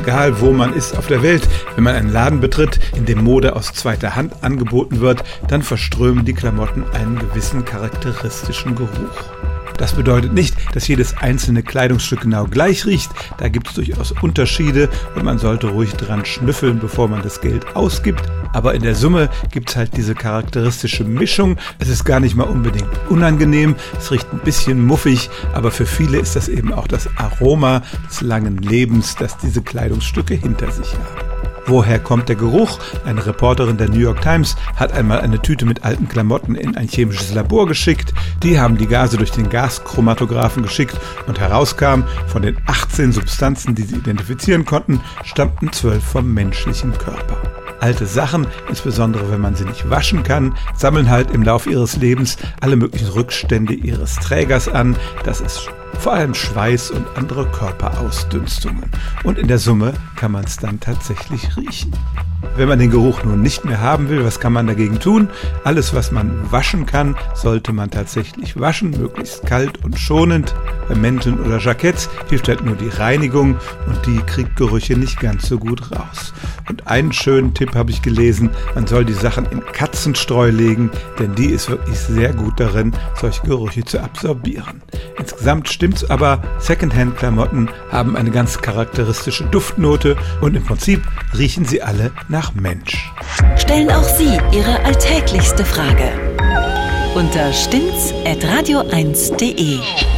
egal wo man ist auf der Welt, wenn man einen Laden betritt, in dem Mode aus zweiter Hand angeboten wird, dann verströmen die Klamotten einen gewissen charakteristischen Geruch. Das bedeutet nicht, dass jedes einzelne Kleidungsstück genau gleich riecht. Da gibt es durchaus Unterschiede und man sollte ruhig dran schnüffeln, bevor man das Geld ausgibt. Aber in der Summe gibt es halt diese charakteristische Mischung. Es ist gar nicht mal unbedingt unangenehm. Es riecht ein bisschen muffig, aber für viele ist das eben auch das Aroma des langen Lebens, das diese Kleidungsstücke hinter sich haben. Woher kommt der Geruch? Eine Reporterin der New York Times hat einmal eine Tüte mit alten Klamotten in ein chemisches Labor geschickt. Die haben die Gase durch den Gaschromatographen geschickt und herauskam, von den 18 Substanzen, die sie identifizieren konnten, stammten 12 vom menschlichen Körper. Alte Sachen, insbesondere wenn man sie nicht waschen kann, sammeln halt im Laufe ihres Lebens alle möglichen Rückstände ihres Trägers an. Das ist vor allem Schweiß und andere Körperausdünstungen. Und in der Summe kann man es dann tatsächlich riechen. Wenn man den Geruch nun nicht mehr haben will, was kann man dagegen tun? Alles, was man waschen kann, sollte man tatsächlich waschen, möglichst kalt und schonend. Bei Mänteln oder Jacketts hilft halt nur die Reinigung und die kriegt Gerüche nicht ganz so gut raus. Und einen schönen Tipp habe ich gelesen, man soll die Sachen in Katzenstreu legen, denn die ist wirklich sehr gut darin, solche Gerüche zu absorbieren. Insgesamt stimmt's aber, Secondhand-Klamotten haben eine ganz charakteristische Duftnote und im Prinzip riechen sie alle nach Mensch. Stellen auch Sie Ihre alltäglichste Frage unter stimmt's@radio1.de.